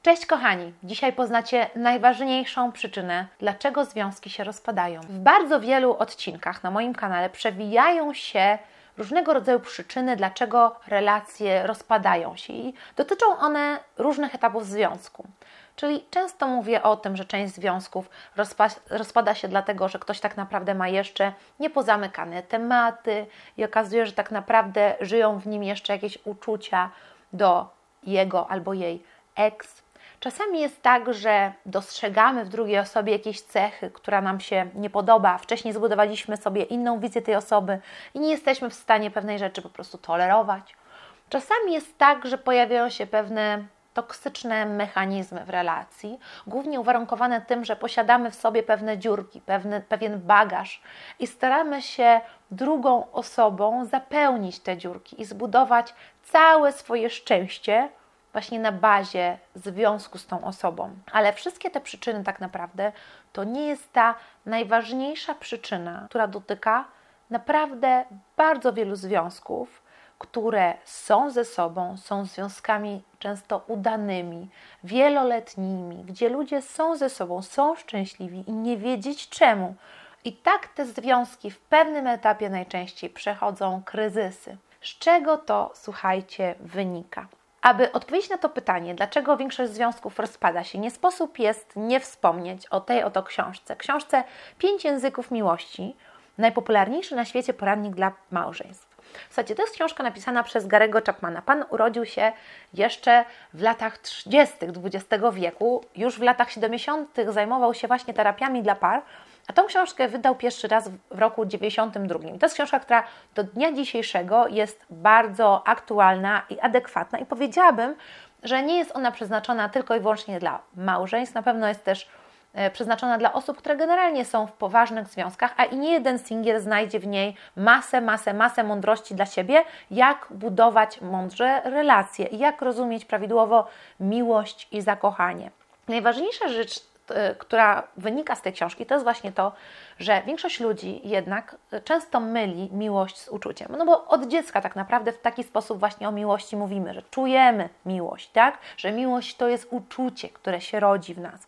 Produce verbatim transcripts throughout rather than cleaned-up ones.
Cześć kochani! Dzisiaj poznacie najważniejszą przyczynę, dlaczego związki się rozpadają. W bardzo wielu odcinkach na moim kanale przewijają się różnego rodzaju przyczyny, dlaczego relacje rozpadają się i dotyczą one różnych etapów związku. Czyli często mówię o tym, że część związków rozpa- rozpada się dlatego, że ktoś tak naprawdę ma jeszcze niepozamykane tematy i okazuje, że tak naprawdę żyją w nim jeszcze jakieś uczucia do jego albo jej ex. Czasami jest tak, że dostrzegamy w drugiej osobie jakieś cechy, która nam się nie podoba. Wcześniej zbudowaliśmy sobie inną wizję tej osoby i nie jesteśmy w stanie pewnej rzeczy po prostu tolerować. Czasami jest tak, że pojawiają się pewne toksyczne mechanizmy w relacji, głównie uwarunkowane tym, że posiadamy w sobie pewne dziurki, pewne, pewien bagaż i staramy się drugą osobą zapełnić te dziurki i zbudować całe swoje szczęście właśnie na bazie związku z tą osobą. Ale wszystkie te przyczyny tak naprawdę to nie jest ta najważniejsza przyczyna, która dotyka naprawdę bardzo wielu związków, które są ze sobą, są związkami często udanymi, wieloletnimi, gdzie ludzie są ze sobą, są szczęśliwi i nie wiedzieć czemu. I tak te związki w pewnym etapie najczęściej przechodzą kryzysy. Z czego to, słuchajcie, wynika? Aby odpowiedzieć na to pytanie, dlaczego większość związków rozpada się, nie sposób jest nie wspomnieć o tej oto książce. Książce Pięć języków miłości, najpopularniejszy na świecie poradnik dla małżeństw. W zasadzie to jest książka napisana przez Gary'ego Chapmana. Pan urodził się jeszcze w latach trzydziestych dwudziestego wieku. Już w latach siedemdziesiątych zajmował się właśnie terapiami dla par, a tą książkę wydał pierwszy raz w roku dziewięćdziesiątym drugim. To jest książka, która do dnia dzisiejszego jest bardzo aktualna i adekwatna i powiedziałabym, że nie jest ona przeznaczona tylko i wyłącznie dla małżeństw. Na pewno jest też przeznaczona dla osób, które generalnie są w poważnych związkach, a i nie jeden singiel znajdzie w niej masę, masę, masę mądrości dla siebie, jak budować mądrze relacje i jak rozumieć prawidłowo miłość i zakochanie. Najważniejsza rzecz, która wynika z tej książki, to jest właśnie to, że większość ludzi jednak często myli miłość z uczuciem. No bo od dziecka tak naprawdę w taki sposób właśnie o miłości mówimy, że czujemy miłość, tak? Że miłość to jest uczucie, które się rodzi w nas.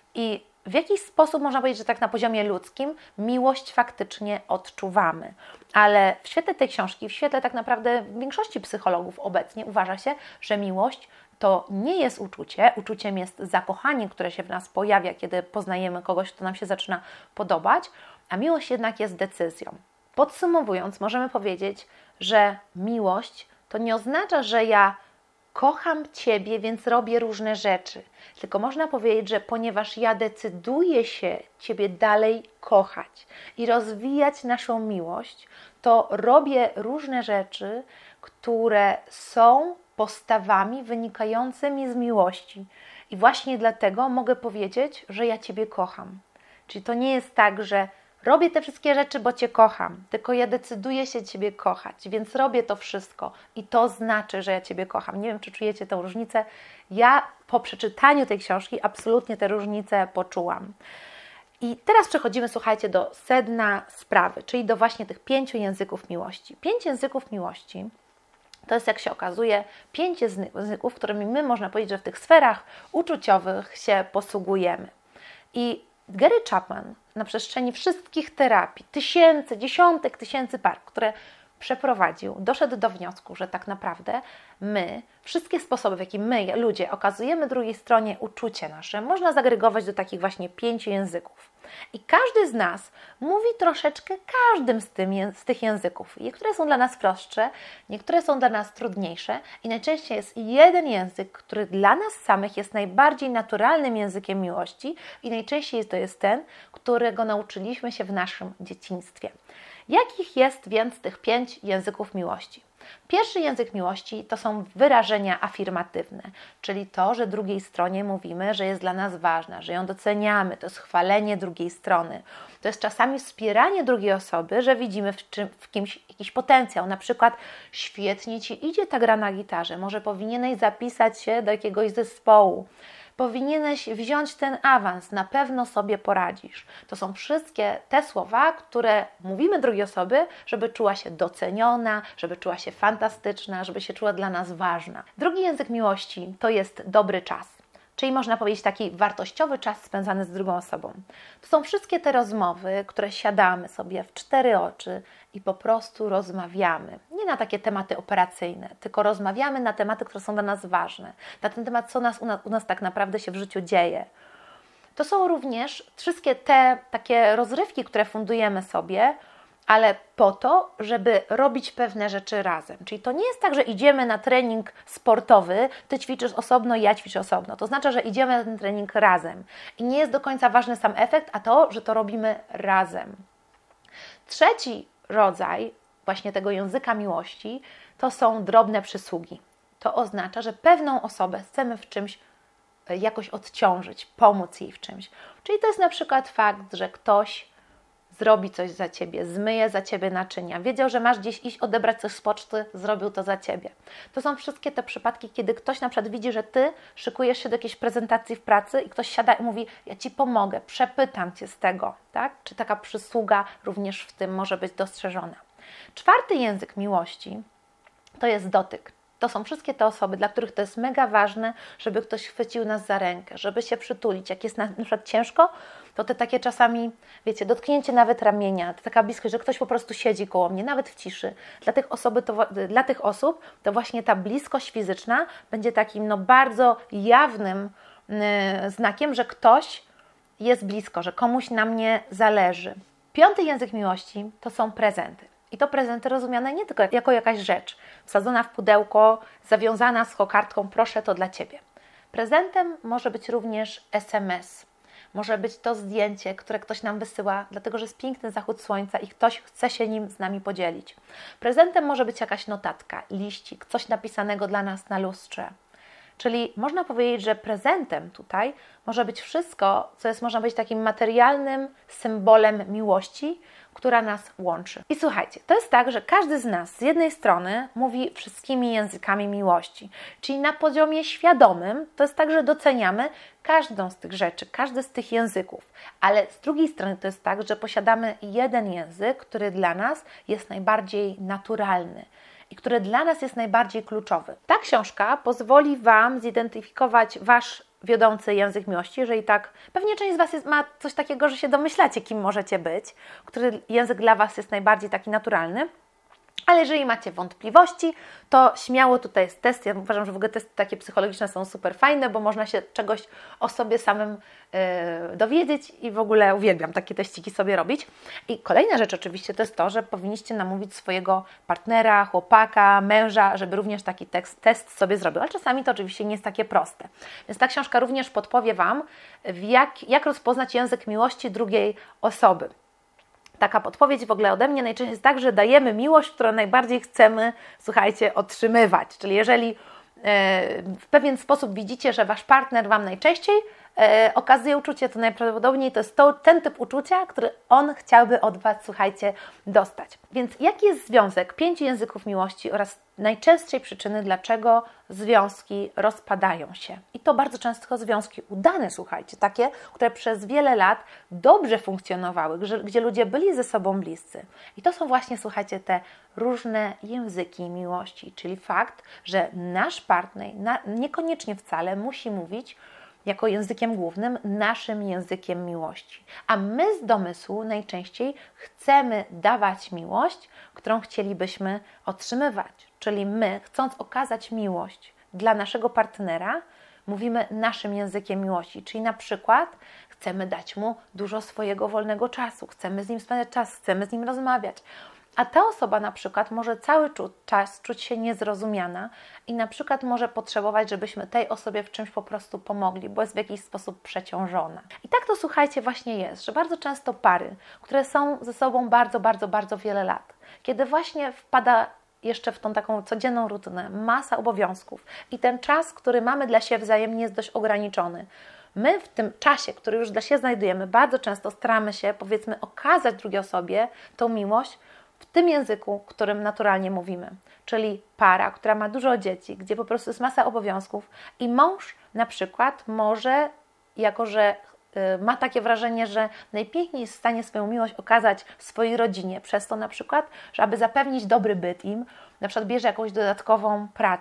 I w jakiś sposób można powiedzieć, że tak na poziomie ludzkim miłość faktycznie odczuwamy. Ale w świetle tej książki, w świetle tak naprawdę większości psychologów obecnie uważa się, że miłość to nie jest uczucie. Uczuciem jest zakochanie, które się w nas pojawia, kiedy poznajemy kogoś, kto nam się zaczyna podobać, a miłość jednak jest decyzją. Podsumowując, możemy powiedzieć, że miłość to nie oznacza, że ja kocham Ciebie, więc robię różne rzeczy. Tylko można powiedzieć, że ponieważ ja decyduję się Ciebie dalej kochać i rozwijać naszą miłość, to robię różne rzeczy, które są postawami wynikającymi z miłości. I właśnie dlatego mogę powiedzieć, że ja Ciebie kocham. Czyli to nie jest tak, że robię te wszystkie rzeczy, bo Cię kocham, tylko ja decyduję się Ciebie kochać, więc robię to wszystko i to znaczy, że ja Ciebie kocham. Nie wiem, czy czujecie tę różnicę. Ja po przeczytaniu tej książki absolutnie tę różnicę poczułam. I teraz przechodzimy, słuchajcie, do sedna sprawy, czyli do właśnie tych pięciu języków miłości. Pięć języków miłości to jest, jak się okazuje, pięć języków, którymi my, można powiedzieć, że w tych sferach uczuciowych się posługujemy. I Gary Chapman na przestrzeni wszystkich terapii, tysięcy, dziesiątek tysięcy par, które przeprowadził, doszedł do wniosku, że tak naprawdę my, wszystkie sposoby, w jaki my, ludzie, okazujemy drugiej stronie uczucie nasze, można zagregować do takich właśnie pięciu języków. I każdy z nas mówi troszeczkę każdym z, tym, z tych języków. Niektóre są dla nas prostsze, niektóre są dla nas trudniejsze i najczęściej jest jeden język, który dla nas samych jest najbardziej naturalnym językiem miłości i najczęściej to jest ten, którego nauczyliśmy się w naszym dzieciństwie. Jakich jest więc tych pięć języków miłości? Pierwszy język miłości to są wyrażenia afirmatywne, czyli to, że drugiej stronie mówimy, że jest dla nas ważna, że ją doceniamy, to jest chwalenie drugiej strony. To jest czasami wspieranie drugiej osoby, że widzimy w, czym, w kimś jakiś potencjał, na przykład świetnie Ci idzie ta gra na gitarze, może powinieneś zapisać się do jakiegoś zespołu. Powinieneś wziąć ten awans, na pewno sobie poradzisz. To są wszystkie te słowa, które mówimy drugiej osobie, żeby czuła się doceniona, żeby czuła się fantastyczna, żeby się czuła dla nas ważna. Drugi język miłości to jest dobry czas. czyli można powiedzieć taki wartościowy czas spędzany z drugą osobą. To są wszystkie te rozmowy, które siadamy sobie w cztery oczy i po prostu rozmawiamy. Nie na takie tematy operacyjne, tylko rozmawiamy na tematy, które są dla nas ważne. Na ten temat, co nas, u, nas, u nas tak naprawdę się w życiu dzieje. To są również wszystkie te takie rozrywki, które fundujemy sobie, ale po to, żeby robić pewne rzeczy razem. Czyli to nie jest tak, że idziemy na trening sportowy, Ty ćwiczysz osobno i ja ćwiczę osobno. To znaczy, że idziemy na ten trening razem. I nie jest do końca ważny sam efekt, a to, że to robimy razem. Trzeci rodzaj właśnie tego języka miłości to są drobne przysługi. To oznacza, że pewną osobę chcemy w czymś jakoś odciążyć, pomóc jej w czymś. Czyli to jest na przykład fakt, że ktoś zrobi coś za Ciebie, zmyje za Ciebie naczynia, wiedział, że masz gdzieś iść odebrać coś z poczty, zrobił to za Ciebie. To są wszystkie te przypadki, kiedy ktoś na przykład widzi, że Ty szykujesz się do jakiejś prezentacji w pracy i ktoś siada i mówi, ja Ci pomogę, przepytam Cię z tego, tak? Czy taka przysługa również w tym może być dostrzeżona. Czwarty język miłości to jest dotyk. To są wszystkie te osoby, dla których to jest mega ważne, żeby ktoś chwycił nas za rękę, żeby się przytulić. Jak jest na, na przykład ciężko, to te takie czasami, wiecie, dotknięcie nawet ramienia, to taka bliskość, że ktoś po prostu siedzi koło mnie, nawet w ciszy. Dla tych, osoby to, dla tych osób to właśnie ta bliskość fizyczna będzie takim no, bardzo jawnym yy, znakiem, że ktoś jest blisko, że komuś na mnie zależy. Piąty język miłości to są prezenty. I to prezenty rozumiane nie tylko jako jakaś rzecz, wsadzona w pudełko, zawiązana z kokardką, proszę, to dla Ciebie. Prezentem może być również es em es. Może być to zdjęcie, które ktoś nam wysyła, dlatego że jest piękny zachód słońca i ktoś chce się nim z nami podzielić. Prezentem może być jakaś notatka, liścik, coś napisanego dla nas na lustrze. Czyli można powiedzieć, że prezentem tutaj może być wszystko, co jest, można powiedzieć, takim materialnym symbolem miłości, która nas łączy. I słuchajcie, to jest tak, że każdy z nas z jednej strony mówi wszystkimi językami miłości, czyli na poziomie świadomym to jest tak, że doceniamy każdą z tych rzeczy, każdy z tych języków, ale z drugiej strony to jest tak, że posiadamy jeden język, który dla nas jest najbardziej naturalny i który dla nas jest najbardziej kluczowy. Ta książka pozwoli Wam zidentyfikować Wasz wiodący język miłości, jeżeli tak, pewnie część z Was jest, ma coś takiego, że się domyślacie, kim możecie być, który język dla Was jest najbardziej taki naturalny, ale jeżeli macie wątpliwości, to śmiało tutaj jest test. Ja uważam, że w ogóle testy takie psychologiczne są super fajne, bo można się czegoś o sobie samym yy, dowiedzieć i w ogóle uwielbiam takie teściki sobie robić. I kolejna rzecz oczywiście to jest to, że powinniście namówić swojego partnera, chłopaka, męża, żeby również taki tekst, test sobie zrobił. Ale czasami to oczywiście nie jest takie proste. Więc ta książka również podpowie Wam, w jak, jak rozpoznać język miłości drugiej osoby. Taka podpowiedź w ogóle ode mnie najczęściej jest tak, że dajemy miłość, którą najbardziej chcemy, słuchajcie, otrzymywać. Czyli jeżeli w pewien sposób widzicie, że Wasz partner Wam najczęściej okazuje uczucie, to najprawdopodobniej to jest to, ten typ uczucia, który on chciałby od Was, słuchajcie, dostać. Więc jaki jest związek pięciu języków miłości oraz najczęstszej przyczyny, dlaczego związki rozpadają się? I to bardzo często związki udane, słuchajcie, takie, które przez wiele lat dobrze funkcjonowały, gdzie, gdzie ludzie byli ze sobą bliscy. I to są właśnie, słuchajcie, te różne języki miłości, czyli fakt, że nasz partner na, niekoniecznie wcale musi mówić jako językiem głównym naszym językiem miłości. A my z domysłu najczęściej chcemy dawać miłość, którą chcielibyśmy otrzymywać. Czyli my, chcąc okazać miłość dla naszego partnera, mówimy naszym językiem miłości. Czyli na przykład chcemy dać mu dużo swojego wolnego czasu, chcemy z nim spędzać czas, chcemy z nim rozmawiać. A ta osoba na przykład może cały czas czuć się niezrozumiana i na przykład może potrzebować, żebyśmy tej osobie w czymś po prostu pomogli, bo jest w jakiś sposób przeciążona. I tak to, słuchajcie, właśnie jest, że bardzo często pary, które są ze sobą bardzo, bardzo, bardzo wiele lat, kiedy właśnie wpada jeszcze w tą taką codzienną rutynę, masa obowiązków i ten czas, który mamy dla siebie wzajemnie, jest dość ograniczony. My w tym czasie, który już dla siebie znajdujemy, bardzo często staramy się, powiedzmy, okazać drugiej osobie tą miłość w tym języku, którym naturalnie mówimy. Czyli para, która ma dużo dzieci, gdzie po prostu jest masa obowiązków i mąż na przykład może, jako że y, ma takie wrażenie, że najpiękniej jest w stanie swoją miłość okazać swojej rodzinie, przez to na przykład, że aby zapewnić dobry byt im, na przykład bierze jakąś dodatkową pracę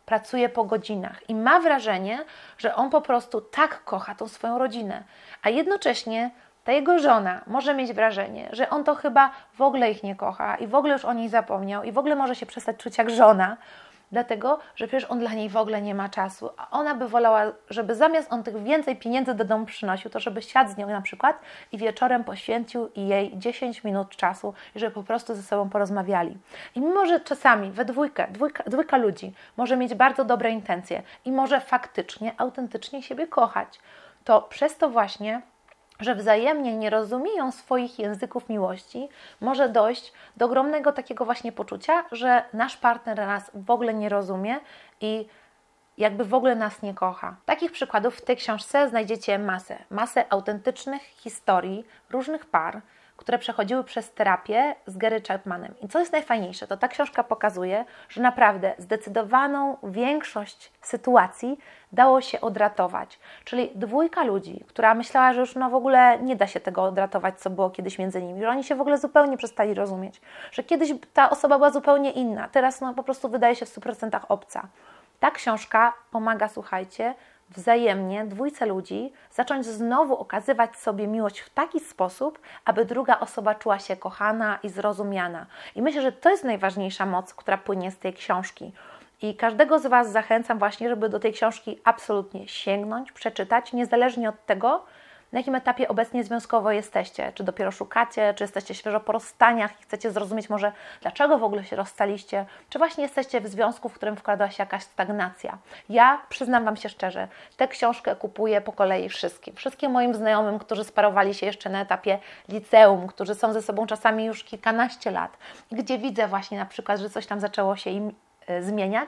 pracuje po godzinach i ma wrażenie, że on po prostu tak kocha tą swoją rodzinę, a jednocześnie ta jego żona może mieć wrażenie, że on to chyba w ogóle ich nie kocha i w ogóle już o niej zapomniał i w ogóle może się przestać czuć jak żona, dlatego, że przecież on dla niej w ogóle nie ma czasu, a ona by wolała, żeby zamiast on tych więcej pieniędzy do domu przynosił, to żeby siadł z nią na przykład i wieczorem poświęcił jej dziesięć minut czasu i żeby po prostu ze sobą porozmawiali. I mimo, że czasami we dwójkę, dwójka, dwójka ludzi może mieć bardzo dobre intencje i może faktycznie, autentycznie siebie kochać, to przez to właśnie, że wzajemnie nie rozumieją swoich języków miłości, może dojść do ogromnego takiego właśnie poczucia, że nasz partner nas w ogóle nie rozumie i jakby w ogóle nas nie kocha. Takich przykładów w tej książce znajdziecie masę. Masę autentycznych historii różnych par, które przechodziły przez terapię z Gary Chapmanem. I co jest najfajniejsze, to ta książka pokazuje, że naprawdę zdecydowaną większość sytuacji dało się odratować. Czyli dwójka ludzi, która myślała, że już no w ogóle nie da się tego odratować, co było kiedyś między nimi, że oni się w ogóle zupełnie przestali rozumieć, że kiedyś ta osoba była zupełnie inna, teraz no po prostu wydaje się w stu procentach obca. Ta książka pomaga, słuchajcie, wzajemnie dwójce ludzi zacząć znowu okazywać sobie miłość w taki sposób, aby druga osoba czuła się kochana i zrozumiana. I myślę, że to jest najważniejsza moc, która płynie z tej książki. I każdego z Was zachęcam właśnie, żeby do tej książki absolutnie sięgnąć, przeczytać, niezależnie od tego, na jakim etapie obecnie związkowo jesteście. Czy dopiero szukacie, czy jesteście świeżo po rozstaniach i chcecie zrozumieć może, dlaczego w ogóle się rozstaliście, czy właśnie jesteście w związku, w którym wkradła się jakaś stagnacja. Ja, przyznam Wam się szczerze, tę książkę kupuję po kolei wszystkim. Wszystkim moim znajomym, którzy sparowali się jeszcze na etapie liceum, którzy są ze sobą czasami już kilkanaście lat, gdzie widzę właśnie na przykład, że coś tam zaczęło się im y, zmieniać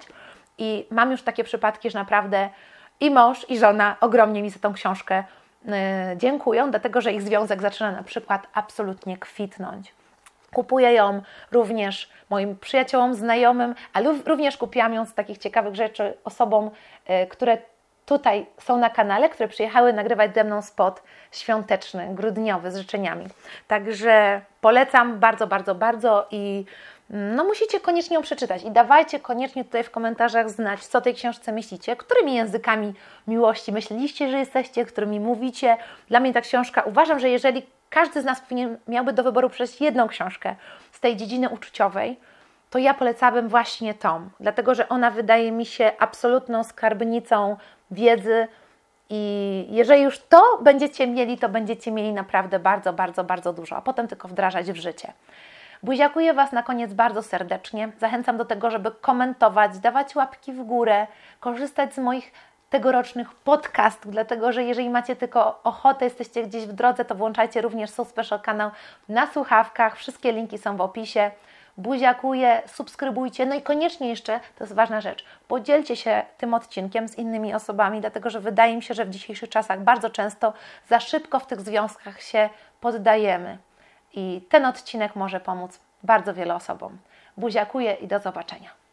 i mam już takie przypadki, że naprawdę i mąż, i żona ogromnie mi za tą książkę dziękują, dlatego że ich związek zaczyna na przykład absolutnie kwitnąć. Kupuję ją również moim przyjaciołom, znajomym, ale również kupiłam ją z takich ciekawych rzeczy osobom, które tutaj są na kanale, które przyjechały nagrywać ze mną spot świąteczny, grudniowy z życzeniami. Także polecam bardzo, bardzo, bardzo i no musicie koniecznie ją przeczytać i dawajcie koniecznie tutaj w komentarzach znać, co o tej książce myślicie, którymi językami miłości myśleliście, że jesteście, którymi mówicie. Dla mnie ta książka, uważam, że jeżeli każdy z nas powinien, miałby do wyboru przejść jedną książkę z tej dziedziny uczuciowej, to ja polecałabym właśnie tą, dlatego że ona wydaje mi się absolutną skarbnicą wiedzy i jeżeli już to będziecie mieli, to będziecie mieli naprawdę bardzo, bardzo, bardzo dużo, a potem tylko wdrażać w życie. Buziakuję Was na koniec bardzo serdecznie. Zachęcam do tego, żeby komentować, dawać łapki w górę, korzystać z moich tegorocznych podcastów, dlatego że jeżeli macie tylko ochotę, jesteście gdzieś w drodze, to włączajcie również So Special kanał na słuchawkach. Wszystkie linki są w opisie. Buziakuję, subskrybujcie, no i koniecznie jeszcze, to jest ważna rzecz, podzielcie się tym odcinkiem z innymi osobami, dlatego że wydaje mi się, że w dzisiejszych czasach bardzo często za szybko w tych związkach się poddajemy. I ten odcinek może pomóc bardzo wielu osobom. Buziakuję i do zobaczenia.